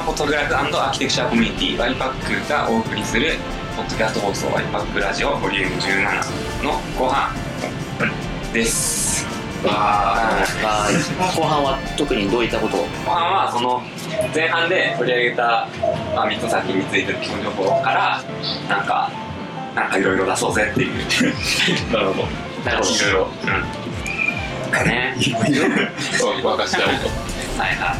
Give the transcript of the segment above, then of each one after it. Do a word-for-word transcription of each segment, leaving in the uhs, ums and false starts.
フォトグラフ&アーキテクチャコミュニティ ワイパック がお送りするポッドキャスト放送 ワイパック ラジオボリュームじゅうななの後半です。 わー後半は特にどういったことを？ 後半はその前半で取り上げた、まあ、みっつ先についてる基本情報からなんかなんかいろいろ出そうぜっていうなるほどなるほどいろいろうんねそう沸かしちゃうとはいはい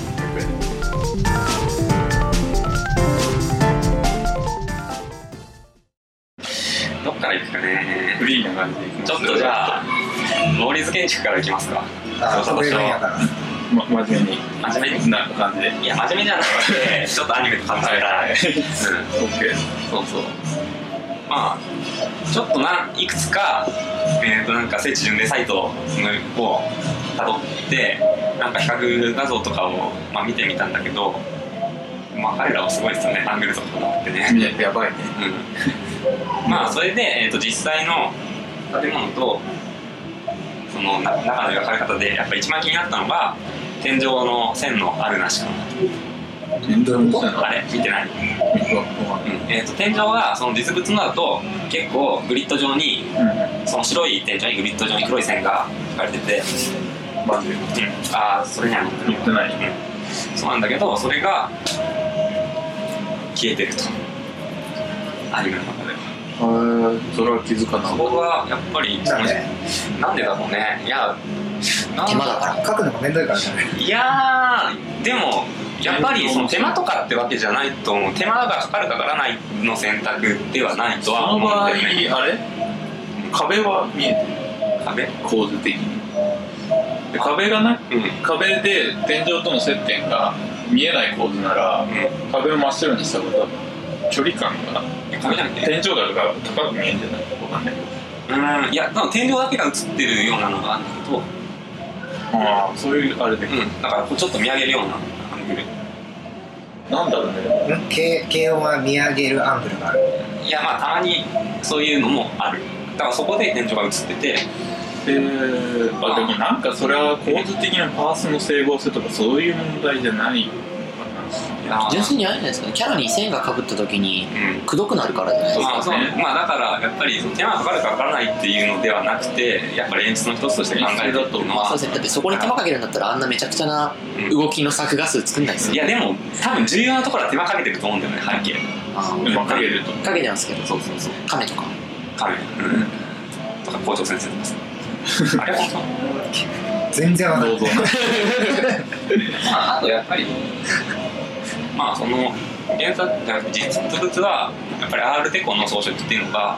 どっから行くかね。 フリーな感じでいきます。 ちょっとじゃあモーリーズ建築から行きますか。 ああ、これやから、 ま、真面目に真面目にな感じで。 いや真面目じゃなくてちょっとアニメと感じたら、 はいはい、 うん、 オッケー。 そうそう。まあちょっとないくつかえっとなんか聖地巡礼サイトをたどってなんか比較画像とかをまあ見てみたんだけど、まあ彼らはすごいですよね。アングルとかもあってね。 や, やばいね。 うん。まあそれでえっと実際の建物とその中の描かれ方でやっぱり一番気になったのが天井の線のあるなしかな。 天井の線あれ見てない？うんえー、と天井がその実物のだと結構グリッド状に、うん、その白い天井にグリッド状に黒い線が描かれてて、 マジで、うん、 ああそれには載ってない、 うん、そうなんだけどそれが消えてるとアニメの中では。それは気づかない。 そこはやっぱりなんでなんでだろうね。いや手間だから書くのがめんどいからじゃない。 いやーでもやっぱりその手間とかってわけじゃないと思う。手間がかかるかからないの選択ではないとは思うんだよね。 その場合あれ壁は見えてる。 壁構図的にで壁がな、うん、壁で天井との接点が見えない構図なら、うん、壁を真っ白にしたことは距離感が壁じゃなくて天井高が高く見えるんじゃないか分かんないけど。 うんいやでも天井だけが映ってるようなのがあるんだけど、 ああそういうあれで、 うん、だからちょっと見上げるようなアングルなんだろうね。 軽軽音は見上げるアングルがある。 いやまあたまにそういうのもある。だからそこで天井が映っててえー、あでもなんかそれは構図的なパースの整合性とかそういう問題じゃない純粋にあれじゃないですかね。キャラに線が被った時にくどくなるからじゃないですか、 まあそうね、まあだからやっぱり手間がかかるかかからないっていうのではなくてやっぱり演出の一つとして考えるっていうのは、 そうですね。だってそこに手間かけるんだったらあんなめちゃくちゃな動きの作画数作んないですよ、 いやでも多分重要なところは手間かけてると思うんだよね。背景あでもかけるとかけてますけど、 そうそうそう亀とか亀、うん、とか校長先生とかさあれ本当全然わかんない。 まああとやっぱりまあその原作じゃなくて実物はやっぱり アール デコの装飾っていうのが、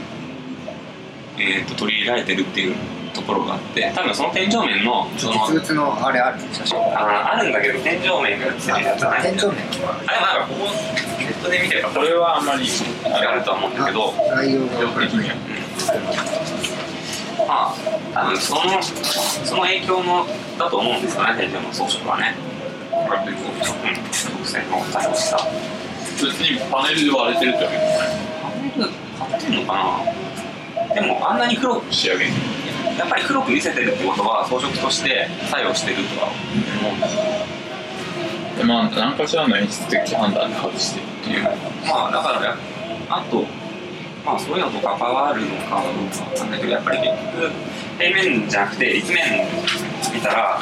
えー、と取り入れられてるっていうところがあって、多分その天井面のその実物のあれある写真ああるんだけど天井面が映ってるやつはない。 天井面あれなんかここネットで見てればこれはあんまりあるとは思うんだけど、 内容がよく的には、 うん、まあ多分そのその影響もだと思うんですよね。天井の装飾はね。うん、特性の対応した別にパネルで割れてるってわけですね。 パネル買ってんのかな。でもあんなに黒く仕上げにやっぱり黒く見せてるってことは装飾として作用してるとは思うんですよ。 まあ何かしらの演出的判断で外してるっていう、 まあだからあとまあそういうのと関わるのかどうかわかんないけど、やっぱり結局平面じゃなくて立面見たら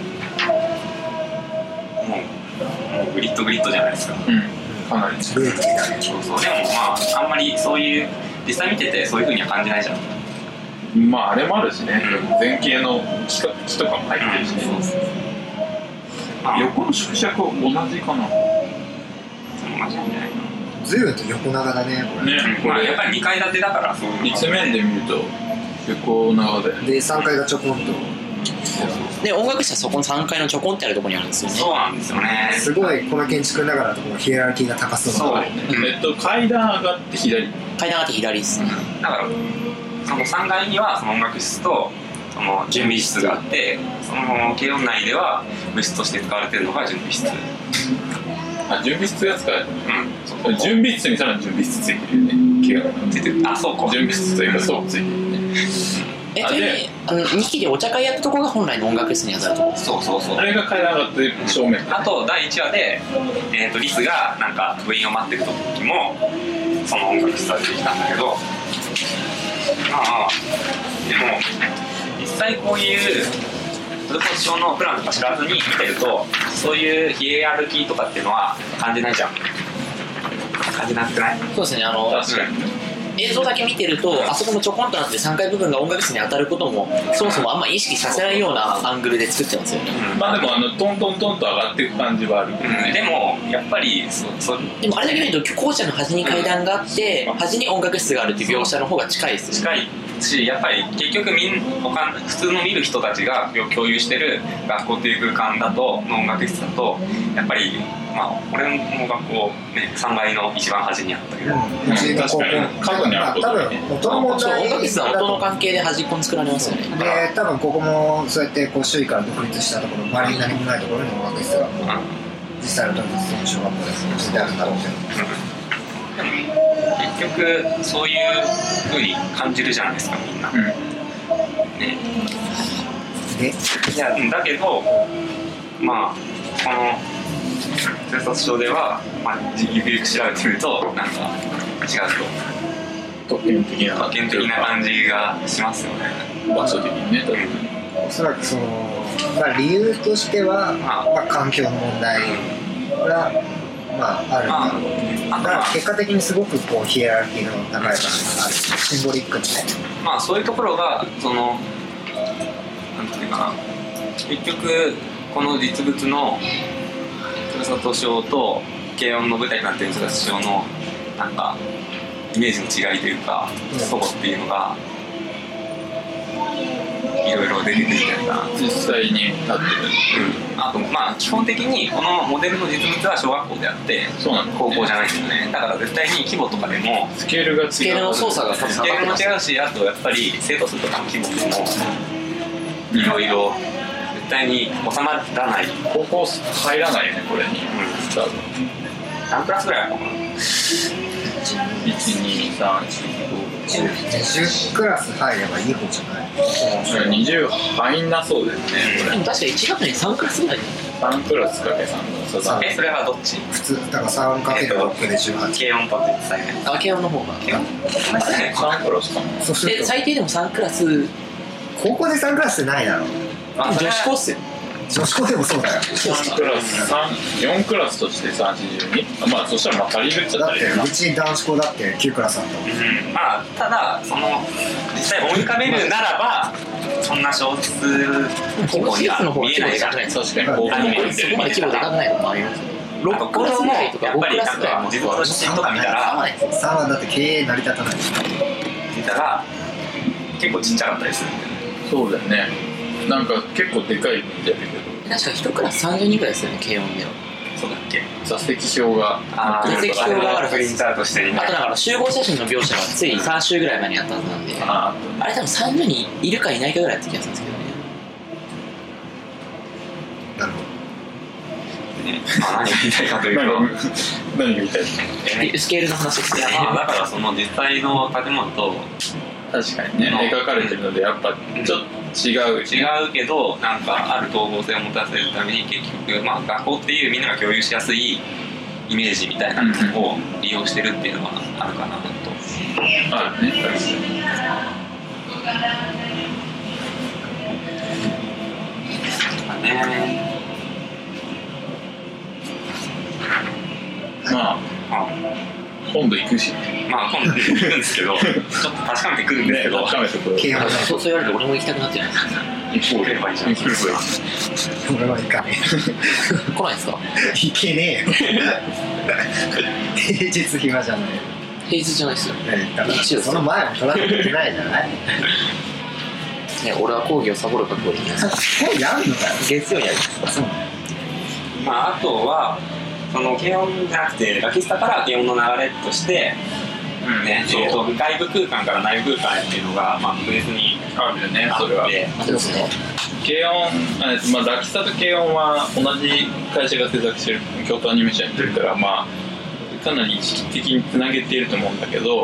もう、もうグリッドグリッドじゃないですか。 うん、かなりグレーティーだね。 そうそう。でもまああんまりそういう実際見ててそういう風には感じないじゃん。 まああれもあるしね、 うん、 前景の木と木とかも入ってるしね、 うん、そうそうそう、まあ、 横の縮尺は同じかな。 同じなんじゃないかな。 随分と横長だねこれね、 うん、まあやっぱりにかい建てだからそういうの立面で見ると横長ででさんがいがちょこんとで音楽室はそこのさんかいのちょこんってあるところにあるんですよね。 そうなんですよね。 すごいこの建築ながらとこのヒエラルキーが高そうな。 そう、 えっと階段上がって左、 階段上がって左です、ね、 だからそのさんがいにはその音楽室とその準備室があって、その軽音内では部室として使われているのが準備室。 あ、準備室が使われてる、 うん、 準備室にさらに準備室ついてるよね。軽音がついてる。あ、そうか。 準備室というかそうついてるね。 えというあのにきでお茶会やったところが本来の音楽室に当たるところ。 そうそうそう。 あれが階段上がって正面。 あとだいいちわで、えー、とリスがなんか部員を待ってる時もその音楽室は出てきたんだけど、まあでも実際こういうプロポジションのプランとか知らずに見てるとそういうヒエラルキーとかっていうのは感じないじゃん。感じなくない？ そうですね、あの確かに映像だけ見てるとあそこのちょこんとなってさんかい部分が音楽室に当たることもそもそもあんま意識させないようなアングルで作ってますよね、 うん、 まあでもあのトントントンと上がっていく感じはあるけどね、 うん、でもやっぱりそそでもあれだけ見ると校舎の端に階段があって端に音楽室があるっていう描写の方が近いですよね。 近いし、やっぱり結局みん他普通の見る人たちが共有してる学校っていう空間だとの音楽室だとやっぱりまあ俺も学校ねさんがいの一番端にあったけど、 うん、うちの高校角にあること多分音の問題音楽室は音の関係で端っこに作られますよね。 で多分ここもそうやってこう周囲から独立したところ周りに何もないところに音楽室がこう、うん、実際の時に小学校ですであるんだろうけど、 うん、でも結局そういう風に感じるじゃないですかみんな、うん、ね、 でいやだけどまあこの警察署では、まあ、ゆくゆく調べてみるとなんか違うと特権的な特権的な感じがしますよね場所的にね。 おそらくその、まあ、理由としては、まあまあ、環境の問題が、まあ、あるんだろう、まあ、だから結果的にすごくこうヒエラルキーの高い感があるシンボリックにね。 まあそういうところがそのなんていうかな結局この実物のふるさと賞と軽音の舞台になっているふるさと賞のなんかイメージの違いというかそこっていうのがいろいろ出てくるんじゃないかな実際になってる、 うん、あとまあ基本的にこのモデルの実物は小学校であってそうなんだ、ね、 高校じゃないんですよね。だから絶対に規模とかでもスケールが違うスケールの操作がスケールも違うし、あとやっぱり生徒数とかの規模でもいろいろ絶対に収まらない。 高校入らないよねこれに、うん、多分何クラスぐらいあるのかな。 いち、に、さん、よん、ご、 じゅうクラス入ればいい方じゃない。 にじゅう入んなそうですね、これ。 でも確かいち学年さんクラスぐらい。 さんクラスかけさんクラス。 え、それはどっち？ 普通だから さんかけるろく でじゅうはち。 軽音とって最ね。 あ、軽音の方が。 軽音。 さんクラスかな。 そうするとで最低でもさんクラス。 高校でさんクラスってないだろう。 女子校っすよ。 女子校でもそうだよ。 さんクラス、さん、よんクラスとしてさんじゅうに。まあそしたらまあ足りるっちゃだっ足りるな。 てうち男子校だってきゅうクラスあったもん。 うん、まあただその実際思い浮かべるならばそんな少数規模には見えないじゃないですか。 確かに高校に見てるそこまで規模でかくないのもありますよ。ろくクラスぐらいとかごクラスぐらいも実物の写真とか見たらさんはだって経営成り立たない見たら結構ちっちゃかったりするんで。 そうだよね。なんか結構でかいみたいだけど。 確かいちクラスさんじゅうにんぐらいですよね、軽音では。 そうだっけ。 座席表があ座席表があるプリンターとしてにね。 あとなんか集合写真の描写がついさん週ぐらい前にあったはずなんで、 ああれ多分さんじゅうにんいるかいないかぐらいだった気がするんですけどね。 なるほどね、まあ何が言いたいかというと何が言いたいえスケールの話ですね。 まあだからその実際の建物と確かにね、描かれてるのでやっぱちょっと違う、 違うけどなんかある統合性を持たせるために結局、まあ、学校っていうみんなが共有しやすいイメージみたいなのを利用してるっていうのはあるかなと。 あるね。 ねまあ、 あ今度行くし、 まあ今度行くんですけどちょっと確かめてくるんですけど、 確かめてくる。 軽音だそうそう言われると俺も行きたくなってない。 行こうればいいじゃん。 行くよ。 俺は行かね来ないですか？ え行けねえよ平日暇じゃない平日じゃないですよ。 ねだからその前も取られてないじゃないね、俺は講義をサボる覚悟でいきます。 これやるのかよ月曜にやります。 そうまああとはその軽音じゃなくてラキスタから軽音の流れとしてうんね、えー、と外部空間から内部空間へっていうのが、まあ、別にあるよね、 あそれは。 ってあ、そうですね。 軽音、あまあ、ラキスタと軽音は同じ会社が制作してる京都アニメーションやってるから、まあ、かなり意識的につなげていると思うんだけど、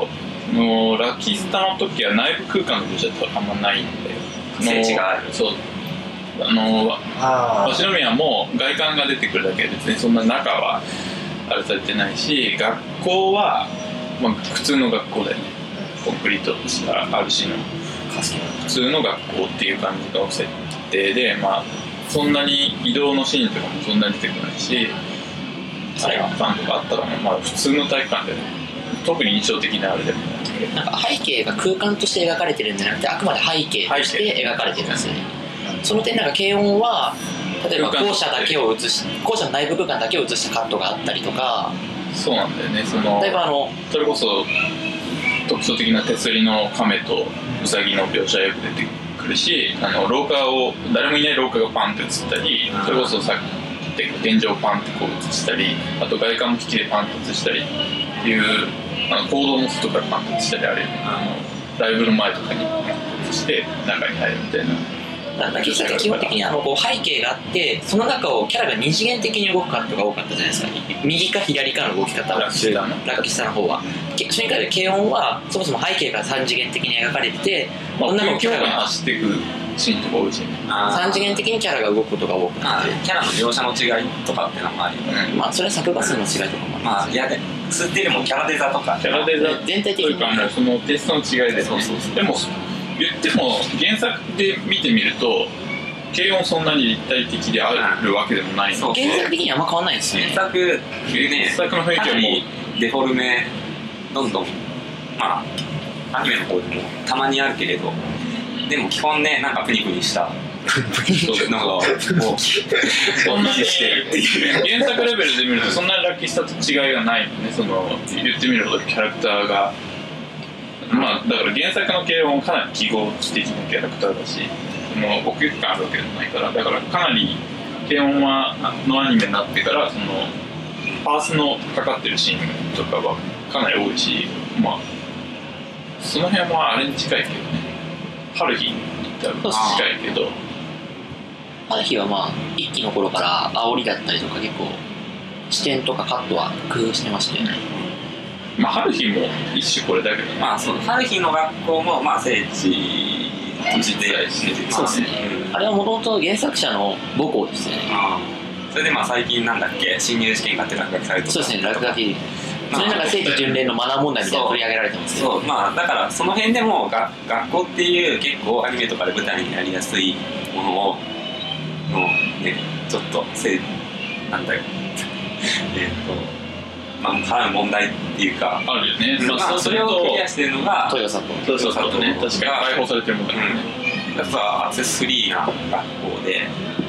のラキスタの時は内部空間の描写ってあんまないんで、 聖地がある。 そうあのあ鷲宮も外観が出てくるだけで別にそんな中はあれされてないし、学校は、まあ、普通の学校だよね。コンクリートしたある種の普通の学校っていう感じの設定で、まあそんなに移動のシーンとかもそんなに出てこないし、体育館とかあったらもまあ普通の体育館で特に印象的なあれでもなんか背景が空間として描かれてるんじゃなくて、あくまで背景として描かれてるんですよね。その点なんか軽音は例えば校舎だけを映し校舎の内部空間だけを映したカットがあったりとか、 そうなんだよね。その例えばあのそれこそ特徴的な手すりの亀とウサギの描写がよく出てくるし、あの廊下を誰もいない廊下がパンって映ったり、それこそさっき言った天井をパンってこう映したり、あと外観も引きでパンって映したりっていう、あの行動の外からパンって映したりあるよね。あのライブの前とかに映して中に入るみたいな。 なんだ基本的にあのこう背景があって、その中をキャラが二次元的に動くカットが多かったじゃないですか。右か左かの動き方をするラッキースタの方は。それに関して軽音はそもそも背景が三次元的に描かれてて、 まあ、 女のキャラが走っていくシーンとか多いしね。 三次元的にキャラが動くことが多くなって、 キャラの描写の違いとかっていうのもあるよね。 うん、まあそれは作画数の違いとかもあります。 まあいやで数っていうよりもキャラデザとかキャラデザ全体的にというかもうそのテイストの違いで、 そうそうそう。 でも言っても原作で見てみると軽音そんなに立体的であるわけでもないので、 原作的にはあんま変わんないですね。 原作ね、 原作の雰囲気はもうデフォルメどんどんまあアニメの方でもたまにあるけれど、でも基本ねなんかプニプニしたのがそんなに原作レベルで見るとそんなにラッキースタと違いがないのね。その言ってみるほどキャラクターが、まあだから原作の軽音かなり記号的なキャラクターだし、もう奥行き感あるわけでもないから、だからかなり軽音はのアニメになってからそのパースのかかってるシーンとかはかなり多いし、まあその辺はあれに近いけどね、春日に近いけど、 春日はまあ一期の頃から煽りだったりとか結構視点とかカットは工夫してましたよね。 まあ春日も一種これだけどね。 まあその春日の学校もまあ聖地としてそうですね、うん、あれはもともと原作者の母校ですよね。 あそれでまあ最近なんだっけ新入試験がって落書きされてそうですね、落書きそれなんか聖地巡礼のマナー問題みたいな取り上げられてますけど、 そうまあだからその辺でもが学校っていう結構アニメとかで舞台になりやすいものをのねちょっとせなんだよえっとまあ絡む問題っていうかあるよね。 まあ、まあ、それをクリアしてるのが豊里豊里ね、確かに解放されてるもんだね。 うん、やっぱアクセスフリーな学校で、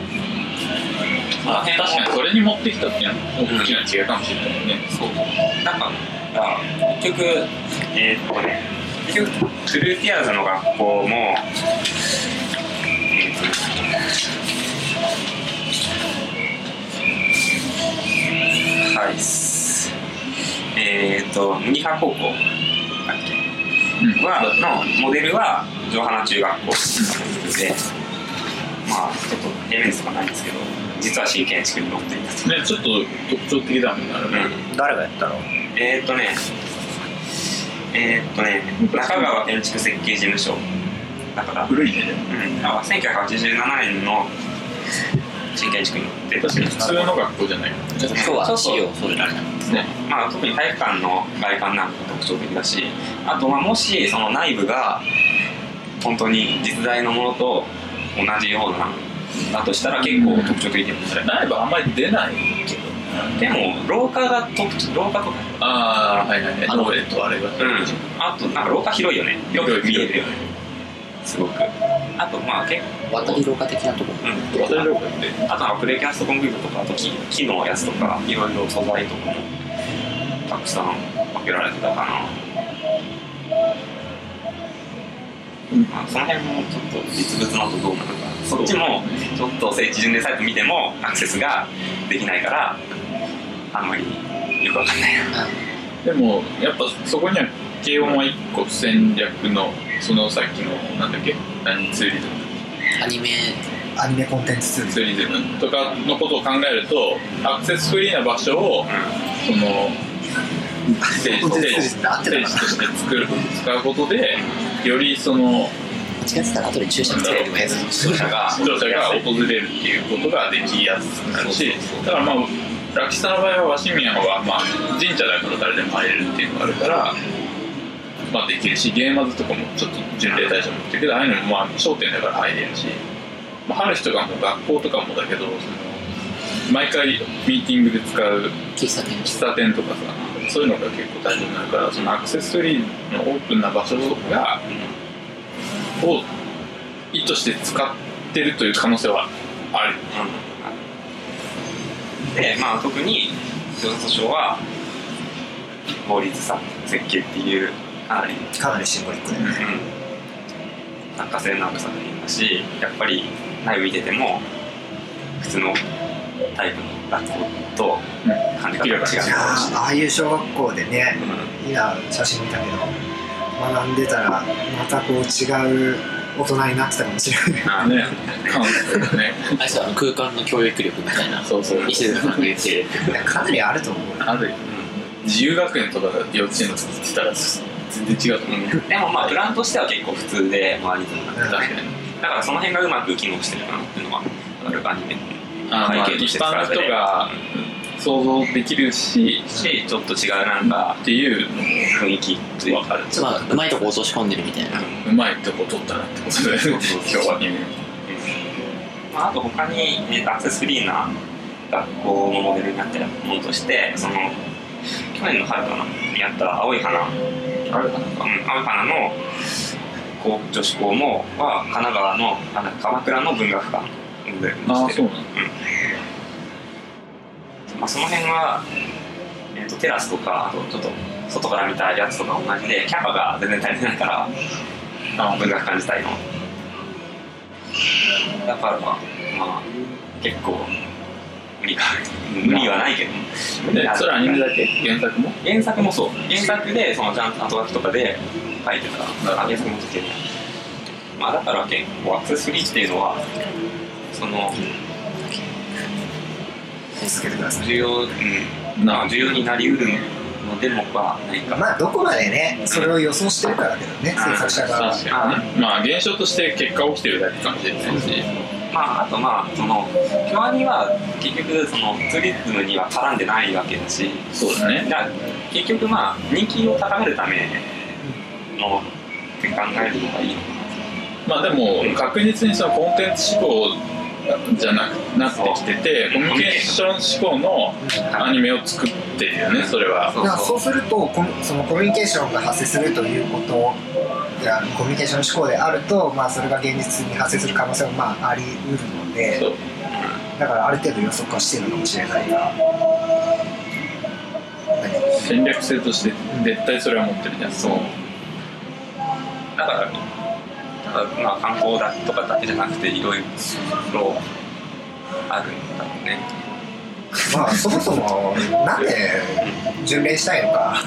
まあ、確かにそれに持ってきたっていうのは大きな違いかもしれないね。 そうなんか結局えー、っとね結局トゥルーティアーズの学校もえー、っとはいえー、っと麦葉高校だっけ、うん、はのモデルは城花中学校で、まあちょっと平面図とかないんですけど実は新建築に載っていたとね、ちょっと特徴的だもんね、 うん、 誰がやったの？ えー、っとねえー、っとね中川建築設計事務所だから古いね、 うん、あせんきゅうひゃくはちじゅうななねんの新建築に載って確かに普通の学校じゃない今日は資料をそれられたんですね。 まあ特に体育館の外観なんか特徴的だし、あとまあもしその内部が本当に実在のものと同じようなだとしたら結構特徴的でもそれ内部あんまり出ないけど、 でも廊下が特徴廊下とかああはいはいはいあのえっとあれが、 うん、あとなんか廊下広いよね、よく見えるよねすごく。あとまあ結構渡り廊下的なところ、 うん、 渡り廊下ってあとはプレキャストコンクリートとかあと 木, 木のやつとかいろいろ素材とかもたくさん分けられてたかな、うんまあ、その辺もちょっと実物のとどうなのか、そっちもちょっと聖地巡礼サイト見てもアクセスができないからあんまりよくわかんないな。 でもやっぱそこには軽音は一個戦略のそのさっきのなんだっけ何ツーリズムアニメアニメコンテンツツールツーリズムとかのことを考えるとアクセスフリーな場所を、うん、そのステージステージステージとして作る使うことでよりその間違ってたら後で注射つける視聴者が視聴者が訪れるっていうことができやすくなるし、だからまあラキスタの場合はワシミヤンはまあ神社だから誰でも入れるっていうのがあるからまあできるし、ゲーマーズとかもちょっと巡礼対象持ってるけど、ああいうのもまあ商店だから入れるし、まあ、入る人がもう学校とかもだけどその毎回ミーティングで使う喫茶店喫茶店とかさ、そういうのが結構大事になるから、そのアクセスフリーのオープンな場所がを意図して使ってるという可能性はある、 うん、でまあ特に調査書は法律さ設計っていうかなりかなりシンボリックだよね、 うん、作家性のある作品だし、やっぱり内部見てても普通のタイプの学校と感じ方が違う、うん、 ああいう小学校でね、うん、今写真見たけど学んでたらまたこう違う大人になってたかもしれないね。 感覚ね。 あれさ、空間の教育力みたいな。 そうそう。 石塚さんが言ってる。 かなりあると思う。 ある。自由学園とか幼稚園の作ってたら全然違うと思う。 でもまあプランとしては結構普通で周りになってたんで、だからその辺がうまく機能してるかなっていうのはあるアニメの背景として使われて、 一般の人が想像できるし、 しちょっと違うなんかっていう雰囲気って分かる。 まあうまいとこ落とし込んでるみたいな。 うまいとこ取ったなってことで、今日はね。 まああと他にアクセスフリーな学校のモデルになってるものとして、その去年の春かなにあった青い花、青い花か、うん、青い花の高女子校もは神奈川の鎌倉の文学館モデルにしてる。 ああそうなの。 まあ、その辺は、えー、とテラスとかあとちょっと外から見たやつとか同じでキャパが全然足りてないからあ文学館自体のだからまあ結構無理か無理はないけど、 でそれアニメだけ原作も原作もそう原作でそのちゃんと後書きとかで書いてた原作もつけてまあだから結構アクセスフリーっていうのはその続けてください。 重要、うん、まあ重要になりうるのでもはないか。 まあどこまでね、それを予想してるからだけどね、制作者が。 確かにね。まあ現象として結果起きてるだけかもしれないし。 まああとまあその京アニは結局そのツーリズムには絡んでないわけだし、 そうだね。 だから結局まあ人気を高めるためのって考えるのがいいのかな。まあでも確実にそのコンテンツ志向じゃなくなってきてて、コミュニケーション志向のアニメを作ってるよね、それは。 だからそうするとコミ、そのコミュニケーションが発生するということがコミュニケーション志向であると、まあ、それが現実に発生する可能性もまああり得るので、だからある程度予測はしてるのかもしれないが、 戦略性として絶対それは持ってるじゃん。 そうだからまあ観光だとかだけじゃなくていろいろあるんだろうね。 まあそもそもなんで巡礼したいのか、 はい、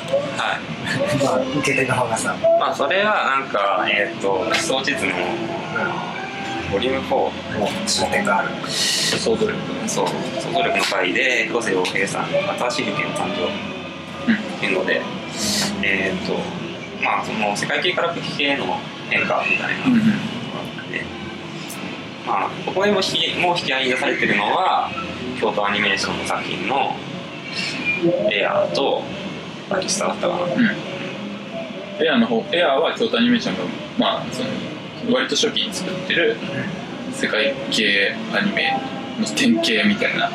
まあ受け手側がさ、 まあそれはなんかえっ、ー、と思想実のボリュームフォーもう終点がある。 想像力そう想像力の回で黒瀬洋平さんの新しい風景の誕生っていうので、うん、えっ、ー、とまあその世界系から武器系の変化みたいなのがあって、まあここでも引きもう引き合いに出されてるのは京都アニメーションの作品のエアーとラキスタだったかな、うん、 エアーの方エアーは京都アニメーションがまあその割と初期に作ってる世界系アニメの典型みたいな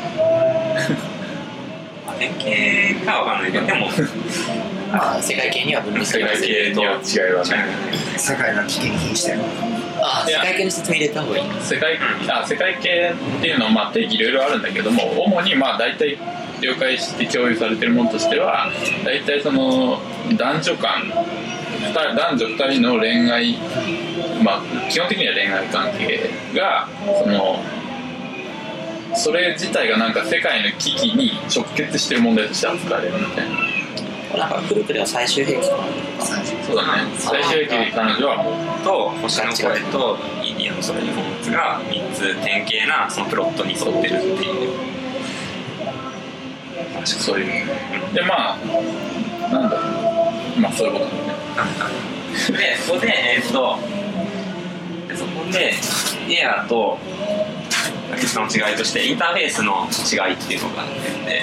典型かわかんないけどでもまあ世界系には分類されます世界系には違いはない世界が危険に瀕してる。 ああ世界系の説明入れた方がいい。 世界あ世界系っていうのはまあ定義いろいろあるんだけども、主にまあ大体了解して共有されてるものとしては大体その男女間男女ふたりの恋愛、まあ基本的には恋愛関係がそのそれ自体がなんか世界の危機に直結してる問題として扱われるみたいな。 なんか古くでは最終兵器かな。 そうだね。最終兵器で彼女はもうと星の声とインディアの空に放物がみっつ典型なそのプロットに沿ってるっていう。 そういう。でまあなんだろう、まあそういうことだね。 でそこでえー、っとでそこでエアーとラキスタの違いとしてインターフェースの違いっていうのがあって、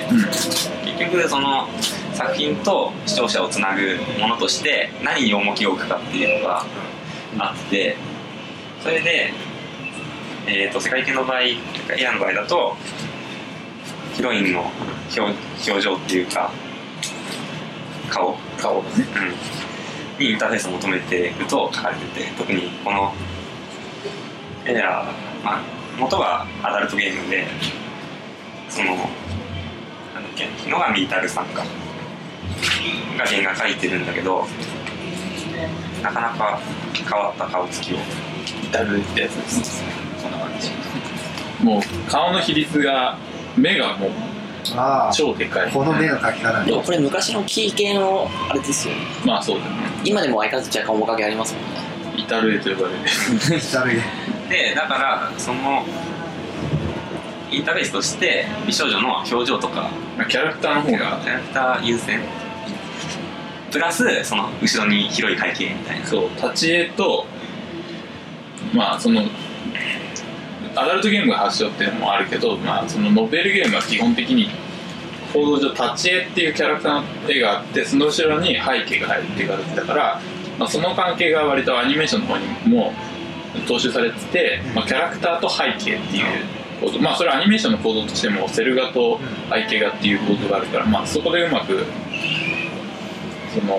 うん、結局その作品と視聴者をつなぐものとして何に重きを置くかっていうのがあって、それで、えー、と世界系の場合、エアの場合だとヒロインの 表, 表情っていうか顔顔だね、 うん、にインターフェースを求めていくと書かれてて、特にこのエア、まあ、元はアダルトゲームで、そのなんだっけ野上至さんかが原画描いてるんだけど、なかなか変わった顔つきを至るってやつです。そんな感じ。もう顔の比率が、目がもう超でかい。 この目の描き方。 でもこれ昔のキー系のあれですよね。 まあそうだね。 今でも相変わらず若干面影ありますもんね。 至ると呼ばれる。 至るで、だからそのインターフェースとして美少女の表情とかキャラクターの方がキャラクター優先プラスその後ろに広い背景みたいな。 そう、立ち絵とまあそのアダルトゲームが発祥っていうのもあるけど、まあそのノベルゲームは基本的に構造上立ち絵っていうキャラクターの絵があって、その後ろに背景が入るっていう形だから、まあ、その関係が割とアニメーションの方にも踏襲されてて、まあ、キャラクターと背景っていう構造、まあそれはアニメーションの構造としてもセル画と背景画っていう構造があるから、まあそこでうまくその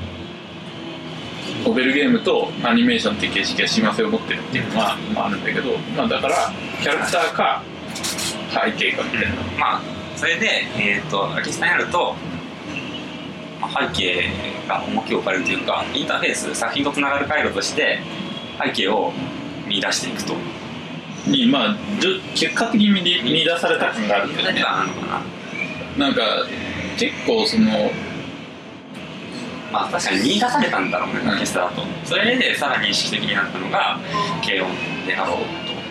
ノベルゲームとアニメーションっていう形式が親和性を持ってるっていうのは、まあ、あるんだけど、まあ、だからキャラクターか背景かみたいな、 まあそれで、えー、とラキスタになると、まあ、背景が重きを置かれるというか、インターフェース作品とつながる回路として背景を見出していくとに、まあ結果的に 見, 見出された感があるけどね。なんか結構そのまあ確かに見出されたんだろうね、ラキスタだと。それでさらに意識的になったのが軽音であろう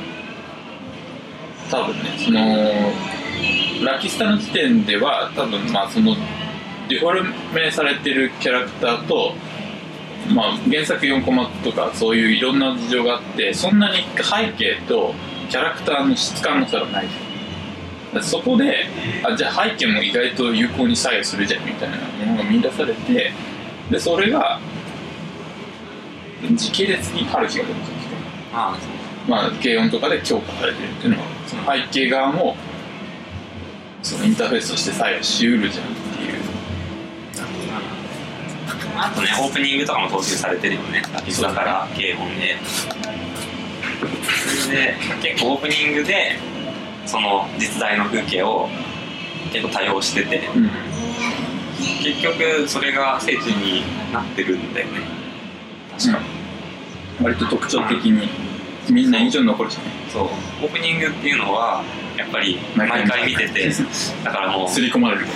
と。多分ね、そのラキスタの時点では多分まあそのデフォルメされてるキャラクターと、まあ、原作よんコマとかそういういろんな事情があって、そんなに背景とキャラクターの質感の差がない。そこであじゃあ背景も意外と有効に作用するじゃんみたいなものが見出されて、でそれが時系列に春日が出てきて、ああまあ軽音とかで強化されてるっていうのは、その背景側もそのインターフェースとして作用しうるじゃんっていう。 あとね、オープニングとかも踏襲されてるよね、ラキスタから軽音で。それで結構オープニングでその実在の風景を結構多用してて、うん、結局それが聖地になってるんだよね、確かに、 うん、割と特徴的にみんな印象に残るじゃない。 そう、オープニングっていうのはやっぱり毎回見てて、だからもう刷り込まれる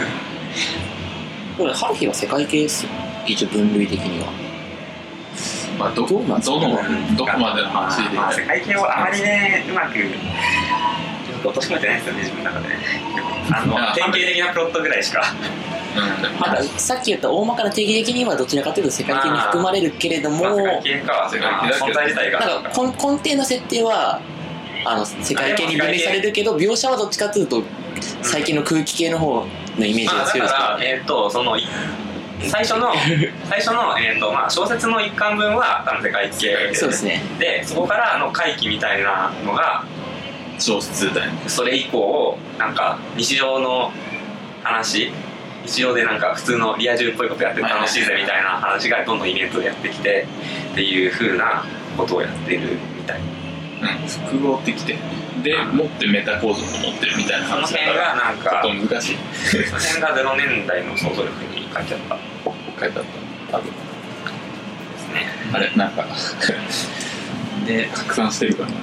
これ春日は世界系ですよ、一応分類的には。 まあ、ど, ど, のどこまでの話で、 まあ、世界系をあまりねうまく落とし込めてないですよね、自分の中でね。あの典型的なプロットぐらいしか、 うん、まあ、さっき言った大まかな定義的にはどちらかというと世界系に含まれるけれども、 世界系か世界系だけど存在自体がなんか根根底の設定はあの世界系に分類されるけど、描写はどっちかというと最近の空気系の方のイメージが強いですけど、ね、まあ、だから、 えー、とその最初の最初の、えーとまあ、小説の一巻分は多分世界系で、 そうですね、 でそこからの回帰みたいなのが小説だよね。 それ以降なんか日常の話、日常でなんか普通のリア充っぽいことやって楽しいぜみたいな話がどんどんイベントでやってきてっていう風なことをやってるみたい。 うん、複合的でで持ってメタ構造を持ってるみたいな話だから、 その辺がなんかちょっと難しい。 その辺がゼロねんだいの想像力に書いてあった。 書いてあった多分ですね。 あれなんかで拡散してるから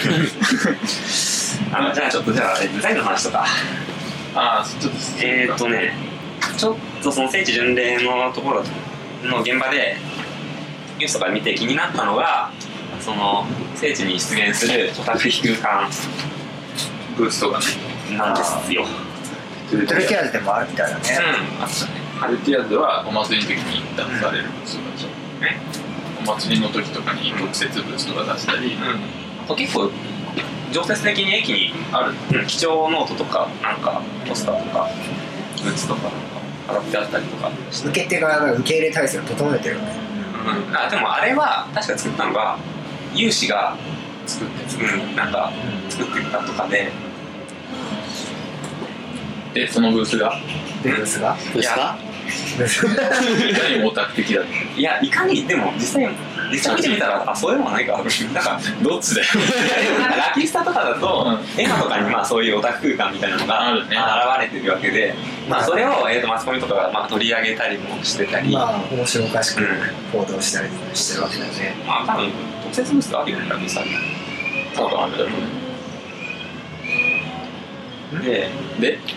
あのじゃあちょっとじゃあデザインの話とか。 ああちょっとえーっとねちょっとその聖地巡礼のところの現場でニュースとか見て気になったのが、その聖地に出現するオタク飛空間ブーストがねなんですよ。 トゥルキアーズでもあるみたいだね。 うん、あったね。 ルティアーズはお祭りの時に出されるブーストでしょ、うん、お祭りの時とかに特設ブーストが出したり、 うん、結構常設的に駅にある、うん、基調ノートとかなんかポスターとかグッズとか貼ってあったりとか、 受け手側が受け入れ体制を整えてるよね、 うん、あでもあれは確か作ったのが有志が作って、うん、なんか作ってたとかで、 でそのブースがブースがブースがいかにもオタク的だった。 いやいかにでも実際実際見てみたらあそういうのもないかなんかどっちだよでもなんかラッキースタとかだと、 うん、 エマとかにまあそういうオタク空間みたいなのが、ね、現れてるわけで、まあ、それを、えー、とマスコミとかがまあ取り上げたりもしてたり、 まあ面白おかしく報道したりしてるわけだよね、 うん、まあ多分特設ブースがあるよねラッキースタにそうかあるだろうねででで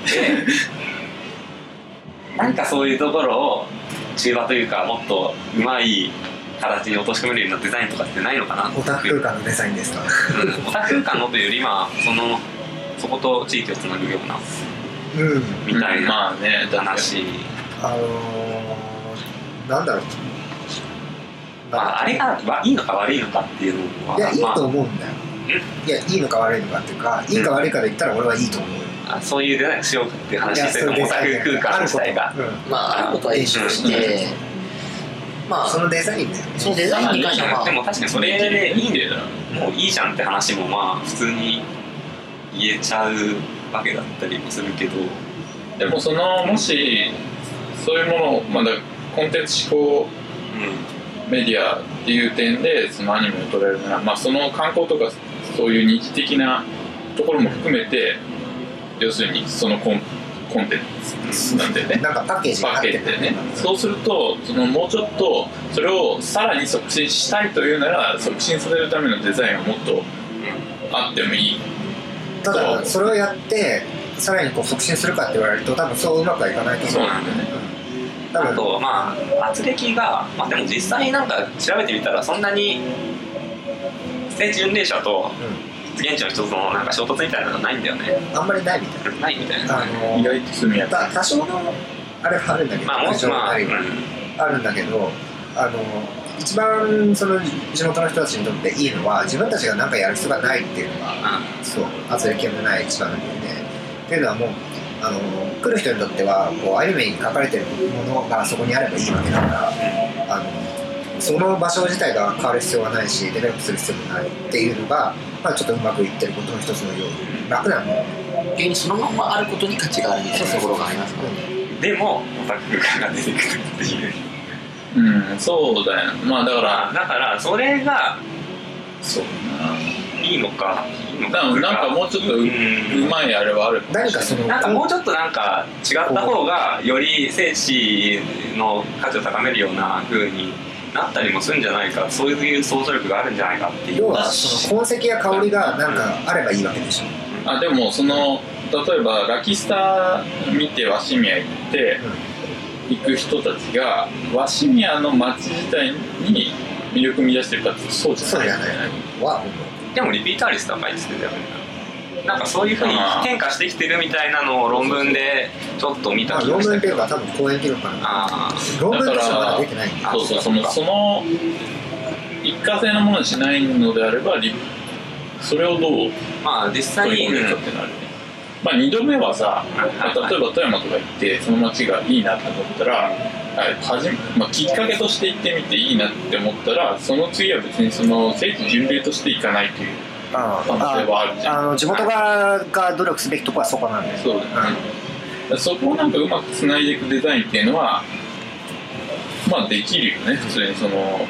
なんかそういうところを中和というかもっとうまい形に落とし込めるようなデザインとかってないのかな。 オタク空間のデザインですか。 オタク空間のというよりまあそのそこと地域をつなぐような、うん、みたいな話、うん、まあねあのー、なんだろう、 まあ、あれがいいのか悪いのかっていうのは、 いやいいと思うんだよ、 まあ、 いやいいのか悪いのかっていうか、いいか悪いかで言ったら俺はいいと思う。 あそういうデザインしようっていう話ですけど、オタク空間自体が、 うん、まああることはいいとして、うん、まあそのデザインだよね。 そのデザインに関しては、まあ、 でも確かにそれでいいんだよな、もういいじゃんって話もまあ普通に言えちゃうわけだったりもするけど、 でもそのもしそういうものをまだコンテンツ思考、うん、メディアっていう点でそのアニメを捉えるなら、まあ、その観光とかそういう二次的なところも含めて、要するにそのコン、コンテンツなんでね、 なんかパッケージになってるね。そうするとそのもうちょっとそれをさらに促進したいというなら、促進させるためのデザインはもっとあってもいい。 ただそれをやってさらにこう促進するかって言われると多分そううまくはいかないと思う。 そうなんだよね、 うん、多分あとまあ圧力が、まあ、でも実際なんか調べてみたらそんなに聖地巡礼者と現地の人とのなんか衝突みたいなのがないんだよね。 あんまりないみたいな。 ないみたいな、 あのー、 意外と住みやすい。 多少のあれはあるんだけど、 まあもしまあ、うん、 あるんだけど、あの一番その地元の人たちにとっていいのは自分たちが何かやる必要がないっていうのが、うん、そう圧力のない一番の理由で、っていうのはもうあの来る人にとってはこうアニメに書かれてるものがそこにあればいいわけだから、あのその場所自体が変わる必要はないしデベロップする必要もないっていうのが、まあ、ちょっとうまくいってることの一つのように楽なんだよね。 逆にそのままあることに価値があるみたいなところがありますからね。 でもオタク空間が出てくるっていう、 うん、そうだよ。まあだからだからそれがそういいのかいいのか、なんかもうちょっと う,、うん、うまいあれはあるかもしれない。 何かそのなんかもうちょっとなんか違った方がより聖地の価値を高めるような風になったりもするんじゃないか、そういう想像力があるんじゃないかっていう。 要はその痕跡や香りがなんかあればいいわけでしょ、 うん、あでもその例えばラキスタ見て鷲宮行って、うん、行く人たちが鷲宮の街自体に魅力見出してるかってそうじゃない。 そうじゃないわ。 でもリピーター率高いって言ってたよね。なんかそういう風に変化してきてるみたいなのを論文でちょっと見た気がしたけど、 まあ、論文っていうか多分講演記録かな。 あ論文としてはまだ出てないんだ。 そうそう、そのその一過性のものにしないのであればそれをどうまあ実際に取り込めるかってなるね。まあにどめはさ、まあ、例えば富山とか行ってその街がいいなって思ったらはじめ、まあ、きっかけとして行ってみていいなって思ったらその次は別にその聖地巡礼として行かないという可能性はあるじゃん。 あの地元側が努力すべきところはそこなんだよ。 そうだよね、うん、そこをなんかうまくつないでいくデザインっていうのはまあできるよね普通に。その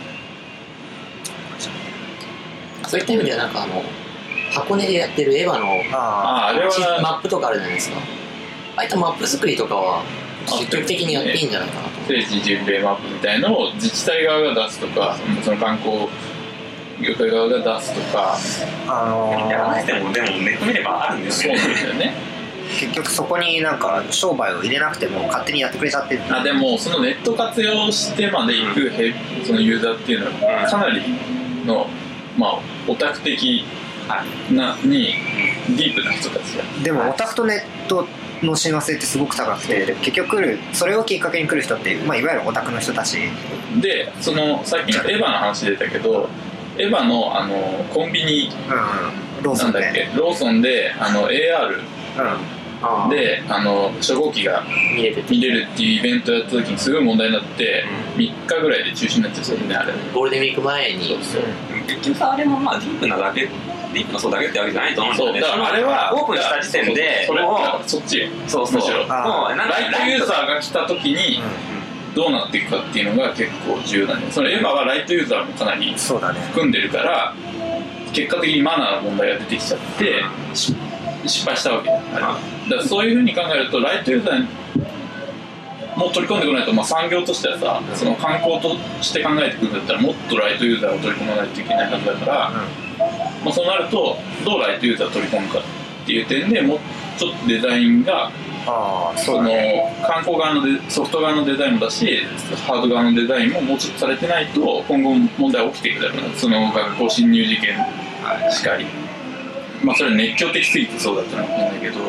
そういった意味ではなんかあの箱根でやってるエヴァのああれはマップとかあるじゃないですか。ああいったマップ作りとかは積極的にやっていいんじゃないかなと。 聖地巡礼マップみたいのを自治体側が出すとかその観光業界側が出すとか、 あのー、 やらなくてもでもネット見ればあるんですよね。 そうなんだよね。 結局そこになんか商売を入れなくても勝手にやってくれちゃってる。 あでもそのネット活用してまで行く、うん、そのユーザーっていうのはかなりの、まあ、オタク的なにディープな人たちや。 でもオタクとネットの親和性ってすごく高くて、で結局来るそれをきっかけに来る人っていう、まあ、いわゆるオタクの人たちで、そのさっきのエヴァの話出たけど、エヴァのあのコンビニ、 うん、ローソンでなんだっけ、ローソンであの エーアール、 うん、 であの初号機が見れてて見れるっていうイベントやった時にすごい問題になって、うん、みっかぐらいで中止になっちゃったよね、あれ。 ゴールデンウィーク前に。 そうそう、 うん、結局あれもまあディープなだけディープなそうだけってわけじゃないと思うんだよね。 そうだからあれはオープンした時点でそれもうそっちそうそうむしろもうなんかライトユーザーが来た時にどうなっていくかっていうのが結構重要だね。そのエヴァはライトユーザーもかなりそうだね含んでるから結果的にマナーの問題が出てきちゃって失敗したわけだからそういうふうに考えるとライトユーザーにもう取り込んでこないと、まあ、産業としてはさ、その観光として考えてくるんだったらもっとライトユーザーを取り込まないといけないはずだから、うん、まあ、そうなるとどうライトユーザーを取り込むかっていう点でもうちょっとデザインがあーその観光側のデソフト側のデザインもだしハード側のデザインももうちょっとされてないと今後問題起きていくだろうな。その学校侵入事件しかり、まあそれは熱狂的すぎてそうだったのかもしれないけど、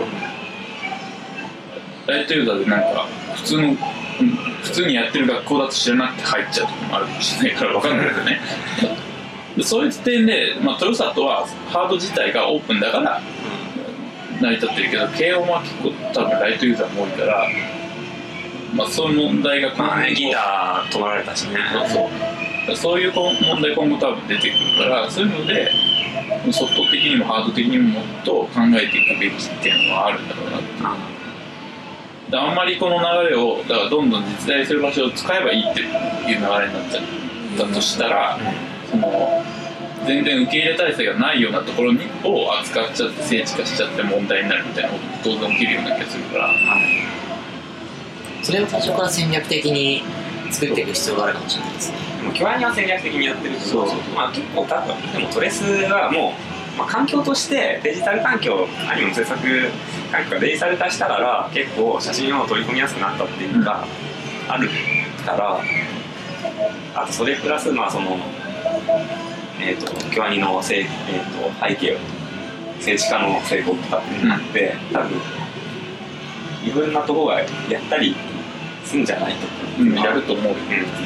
ライトユーザーでなんか普通の普通にやってる学校だと知らなくて入っちゃうとこもあるかもしれないから分かんないけどねでそういう点で、まあ、豊里はハード自体がオープンだから成り立ってるけど軽音は結構多分ライトユーザーも多いから、まあ、そういう問題がまあね、ギター止まられたしね。 そうそうそういう問題今後多分出てくるからそういうのでソフト的にもハード的にももっと考えていくべきっていうのはあるんだろうなっていう。であんまりこの流れをだからどんどん実在する場所を使えばいいっていう流れになっちゃったとしたら、その全然受け入れ体制がないようなところにを扱っちゃって聖地化しちゃって問題になるみたいなこと当然起きるような気がするから、 それを最初から戦略的に作っていく必要があるかもしれないですね。 もうキュアニは戦略的にやってるけど、まあ、結構多分でもトレスはもう、まあ、環境としてデジタル環境アニメの制作環境がデジタル化したから結構写真を取り込みやすくなったっていうのがあるから、あとそれプラスまあそのえーとキュアニのせい、えーと背景を政治家の成功とかってなって、うん、多分いろんなところがやったりするんじゃないと、 うん、やると思う、うん、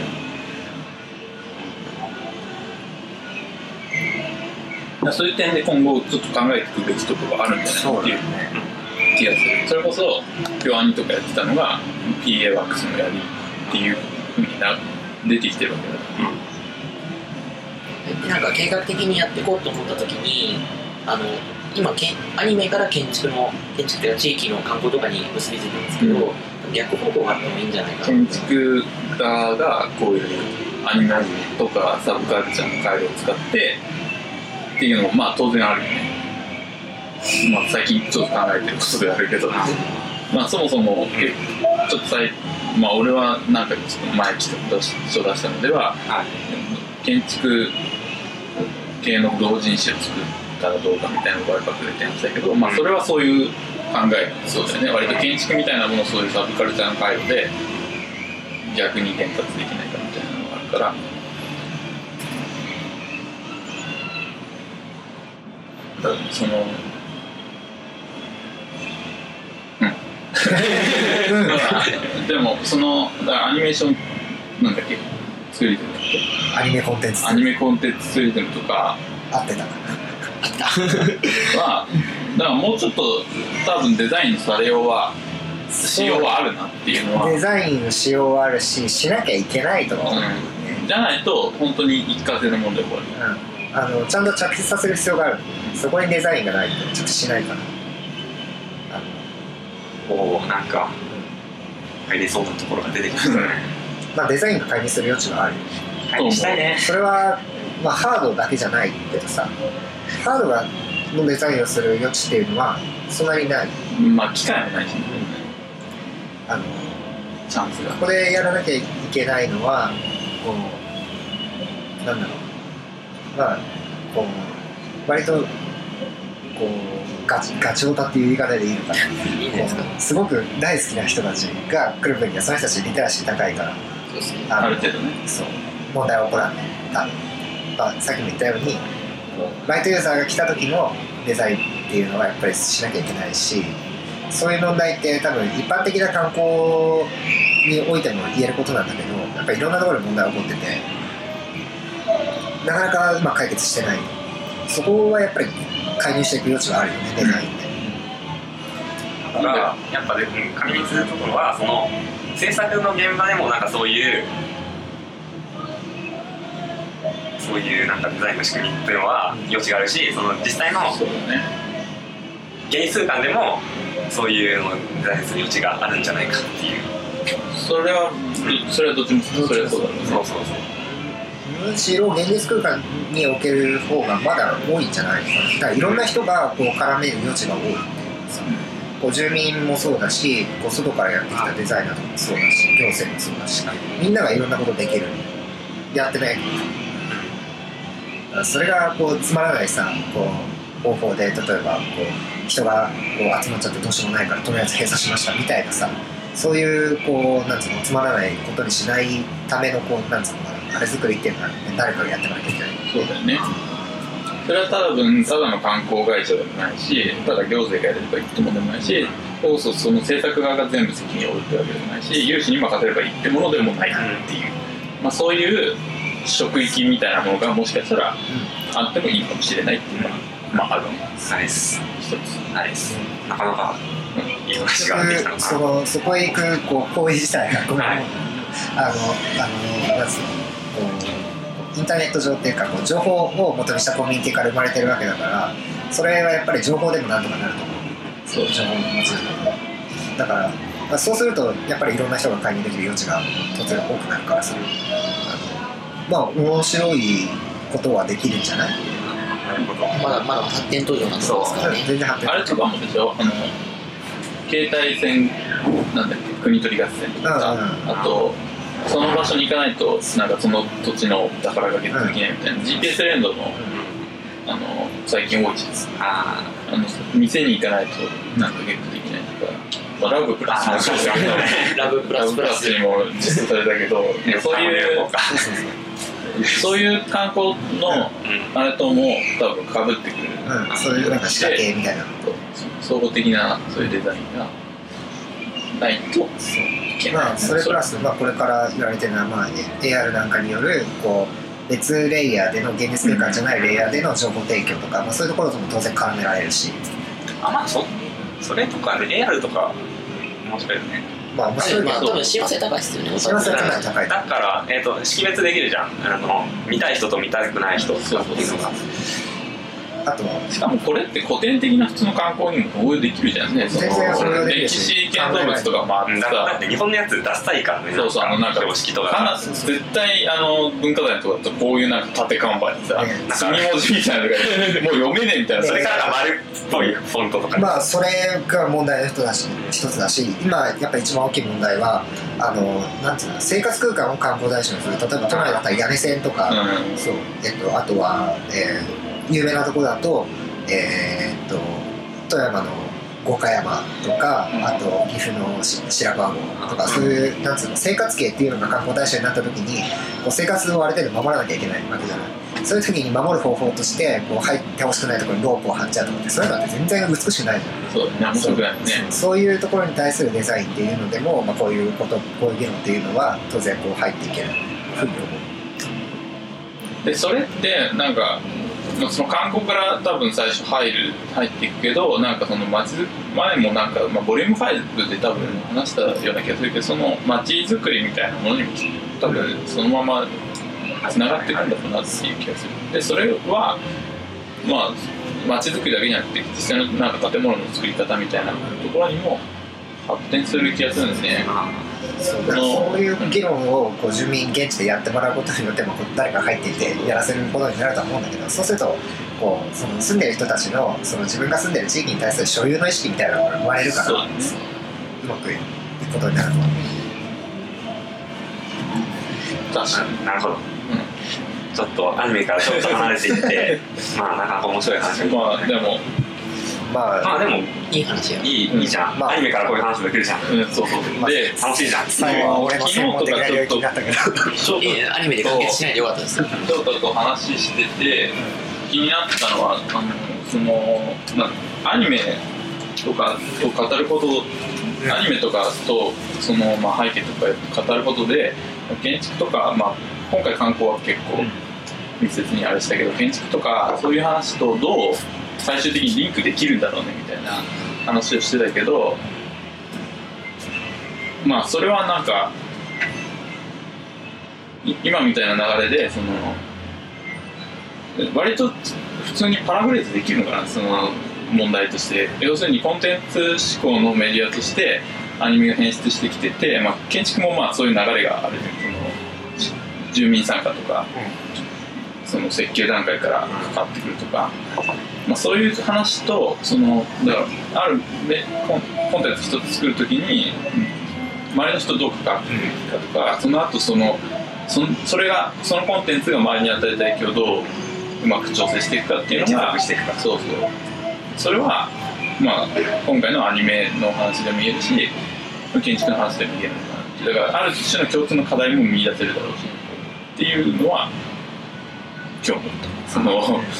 そういう点で今後ちょっと考えていくべきところがあるんじゃないっていう気がする。それこそキュアニとかやってたのが ピーエー ワークスのやりっていう風にな出てきてるわけだから、 うん、なんか計画的にやっていこうと思った時にあの今けアニメから建築の建築というか地域の観光とかに結びついてるんですけど、うん、逆方向があってもいいんじゃないかな。 建築家がこういうアニメとかサブカルチャーの回路を使ってっていうのもまあ当然あるよね。まあ最近ちょっと考えてることであるけど、まあそもそもちょっと最まあ俺はなんかちょっと前期と書出したのでは、はい、建築系の同人誌を作ったらどうかみたいなのが書かれてましたけど、まあそれはそういう考えそうだよね。割と建築みたいなものをそういうサブカルチャーの回路で逆に伝達できないかみたいなのがあるから。だからそのうんでもそのだからアニメーションなんだっけ作りてるんだっけアニメコンテンツアニメコンテンツ作りてるとか合ってたはだからもうちょっと多分デザインされようは仕様はあるなっていうのはデザインの仕様はあるししなきゃいけないと思う、 うん、じゃないと本当に一過性の問題がある、 うん、あのちゃんと着地させる必要がある。そこにデザインがないとちょっとしないから。 おおなんか入れそうなところが出てきましたねまあデザインが介入する余地がある。 介入したいね。 それは、まあ、ハードだけじゃないけどさ、ハードがのデザインをする余地っていうのはそんなにない。 まあ機会もないしね、 あのチャンスがここでやらなきゃいけないのはこうなんだろう、まあこう割とこうガチガチオタっていう言い方でいいのかな。 いいですか。 すごく大好きな人たちが来る分にはその人たちリテラシー高いから、 そうですね、 ある程度ね、 そう問題は起こらない。あ、まあ、さっきも言ったようにライトユーザーが来た時のデザインっていうのはやっぱりしなきゃいけないし、そういう問題って多分一般的な観光においても言えることなんだけど、やっぱりいろんなところで問題が起こってて、なかなかうまく解決してない。そこはやっぱり介入していく余地はあるよね、デザインで。 だからやっぱで確立するところは、その制作の現場でもなんかそういうそういうなんかデザインの仕組みっていうのは余地があるし、その実際の現実空間でもそういうのをデザインする余地があるんじゃないかっていう。 それはそれはどっちもそれはそうだろうね。 そうそうそう。 むしろ現実空間における方がまだ多いんじゃないかな。だからいろんな人がこう絡める余地が多いっていうさ、こう住民もそうだし、こう外からやってきたデザイナーとかもそうだし、行政もそうだし、みんながいろんなことできる、やってないこと。それがこうつまらないさ、こう方法で例えばこう人がこう集まっちゃってどうしようもないからとりあえず閉鎖しましたみたいなさ、そういうこうなんつうのつまらないことにしないためのこうなんつうのかな。あれ作りっていうのは、ね、誰かがやってもらわなきゃいけない。 そうだよね。それは多分ただの観光会社でもないし、ただ行政がやれればいいってものでもないし、そうそうその制作側が全部責任を負うってわけでもないし、有志に任せればいいってものでもないっていう、まあ、そういう職域みたいなものがもしかしたらあってもいいかもしれないっていうのは、まああるのナイス一つナイス。なかなかいい話ができたのかな。 そのそこへ行くこう行為自体がごめん、はい、あのあのなんつうのこうインターネット上っていうかこう情報を元にしたコミュニティから生まれてるわけだから、それはやっぱり情報でもなんとかなると思う。そう情報の持ちだから、まあ、そうするとやっぱりいろんな人が介入できる余地がとても多くなるから、それあのまあ面白いことはできるんじゃない？ なるほど。 まだまだ発展途上なんですからね。 全然発展。 あれとかもでしょ、あの携帯線なんだっけ、国取り合戦とか、うんうん、あとその場所に行かないとなんかその土地の宝がゲットできないみたいな、うん、ジーピーエス 連動の、うん、あの最近多いです。ああの店に行かないとなんかゲットできないとか、まあ、ラブプラスもそうですよね。 ラブプラスプラスにも実装されたけどそういうそういう観光のあれとも多分かぶってくる、 うん、そういうなんか仕掛けみたいな総合的なそういうデザインがないとそういけない、 まあ、それプラス、まあ、これから言われてるのは、まあ、エーアール なんかによるこう別レイヤーでの現実空間じゃないレイヤーでの情報提供とか、まあ、そういうところとも当然絡められるし、 あ、まあ そ, それとかで エーアール とか面白いよね。 まあ面白いけど、 まあ、多分幸せ高いですよね。 幸せ高い。 だから、えーと、識別できるじゃん。あの見たい人と見たくない人とかっていうのが。 あとしかもこれって古典的な普通の観光にも応用できるじゃんね。 全然応用できる歴史建造物とかもあってさ、 だって日本のやつダサいからね。 そうそう、あのなんか標識とかかな絶対あの文化財のとこだとこういうなんか縦看板にさ、墨文字みたいなのがもう読めねえみたいな、 それから丸っぽいフォントとか、 まあそれが問題の人だし一つだし、今やっぱり一番大きい問題はあのなんていうの、生活空間を観光大使にする。例えば都内だったら屋根線とか、うん、そう、えっとあとは、えー、有名なところだとえー、っと富山の五箇山とか、あと岐阜の白川郷とか、そういうなんつうの生活系っていうのが観光大使になった時にこう生活をある程度守らなきゃいけないわけじゃない。そういう時に守る方法としてこう入ってほしくないところにロープを張っちゃうとかって、そういうのって全然美しくないじゃん。 そうね、面白くないね。 そう、そういうところに対するデザインっていうのでも、まあ、こういうことこういう議論っていうのは当然こう入っていけるふうに思う。でそれってなんかその観光から多分最初入る入っていくけど、なんかその街前もなんか、まあ、ボリュームファイルで多分話したような気がするけど、その街づくりみたいなものにも多分そのままつながっていくんだろうなっていう気がする。でそれはまあ街づくりだけじゃなくて実際のなんか建物の作り方みたいなところにも発展する気がするんですね。 そうだ、そういう議論をこう住民現地でやってもらうことによっても誰か入っていてやらせることになるとは思うんだけど、そうするとこうその住んでる人たちの、その自分が住んでる地域に対する所有の意識みたいなのが生まれるから、うまくいくことになると思う。 確かに、 なるほど、うん、ちょっとアニメからちょっと離れていってまあなかなか面白い話。 まあでもまあ、 まあでもいい話や、 いい、いいじゃん、まあ、アニメからこういう話もできるじゃん、うん、そうそう、まあ、で楽しいじゃん。 最後は俺の専門的な領域になったけどアニメで完結しないでよかったです。 ちょっとと話してて、 気になったのは、あのそのなアニメとかを語ること、アニメとかとその、まあ、背景とか語ることで建築とか、まあ、今回観光は結構密接にあれしたけど、建築とかそういう話とどう最終的にリンクできるんだろうねみたいな話をしてたけど、まあそれはなんか今みたいな流れでその割と普通にパラグレートできるのかな、その問題として。要するにコンテンツ志向のメディアとしてアニメが変質してきてて、まあ、建築もまあそういう流れがある、その住民参加とか、うん、その設計段階からかかってくるとか、まあ、そういう話とそのだからあるコン、コンテンツ一つ作るときに周りの人とどう関わっていくかとか、その後そのそそれがそのコンテンツが周りに与えた影響をどううまく調整していくかっていうのが、していくか、そうそう、それはまあ今回のアニメの話でも言えるし、建築の話でも言えるのかな。だからある種の共通の課題も見出せるだろうしっていうのは今日思った。その、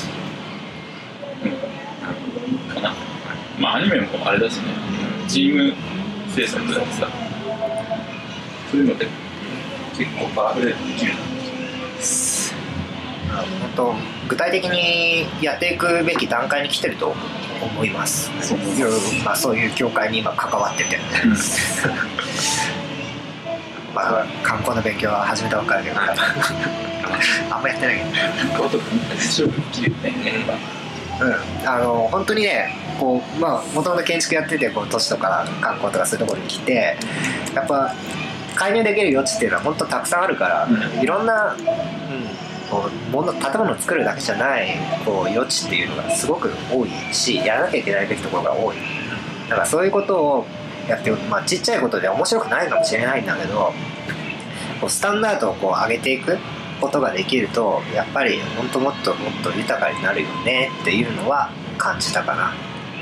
うん、かな。まあアニメもあれだしね、チーム制作だってさ、そういうので結構パワフルでできるな。 本当具体的にやっていくべき段階に来てると思います。そういう、まあ、そういう協会に今関わってて、うん、まあ観光の勉強は始めたばっかりだけど、あんまやってないけど、 観光とか勝負できるよね。 うん、あの本当にね、こうまあもともと建築やってて、こう都市とか観光とかそういうところに来て、やっぱ介入できる余地っていうのは本当たくさんあるから、うん、いろんな、うん、こう物建物を作るだけじゃないこう余地っていうのがすごく多いし、やらなきゃいけないべきところが多い。だからそういうことをやって、まあ、ちっちゃいことで面白くないかもしれないんだけど、こうスタンダードをこう上げていくことができると、やっぱり本当もっともっと豊かになるよねっていうのは感じたかな。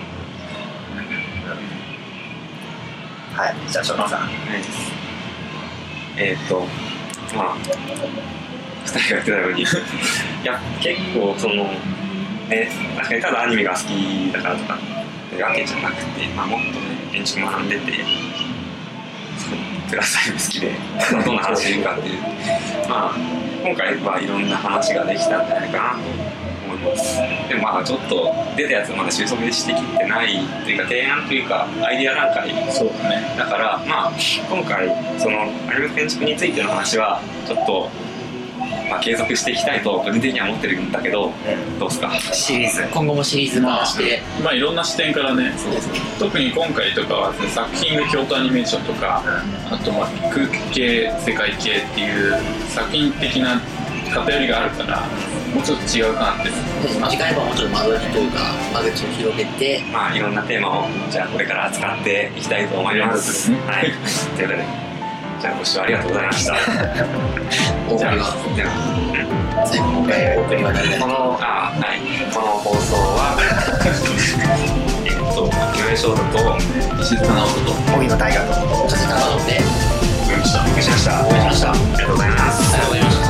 うん、はい、じゃあ翔太さん。 えー、っとまあふたりが言ってたようにいや結構そのね、確かにただアニメが好きだからとかっていうわけじゃなくて、まあ、もっとね建築学んでてプラスアイム好きでどんな話してるかっていうまあ今回はいろんな話ができたんじゃないかなと思います。でもまあちょっと出たやつまだ収束してきてないというか、提案というかアイディア段階、 そうだね。 だからまあ今回そのアニメ建築についての話はちょっとまあ継続していきたいと個人的には思ってるんだけど、うん、どうですかシリーズ、今後もシリーズ回して、 まあ、まあいろんな視点からね。そうですね。特に今回とかは、ね、作品が京都アニメーションとか、うん、あとまあ空気系世界系っていう作品的な偏りがあるから、もうちょっと違うかなって。 次回はもうちょっと間口というか間口を広げて、 まあいろんなテーマをじゃあこれから扱っていきたいと思います。はい。ということで、じゃあご視聴ありがとうございました。じゃあ、じゃあ、 最後の回お送りは誰だ。 このあはい、この放送はえっと井上翔太と石塚直人と荻野大河と風高野でお送りしました。お送りしました。 お送りしました。 ありがとうございます。 ありがとうございました。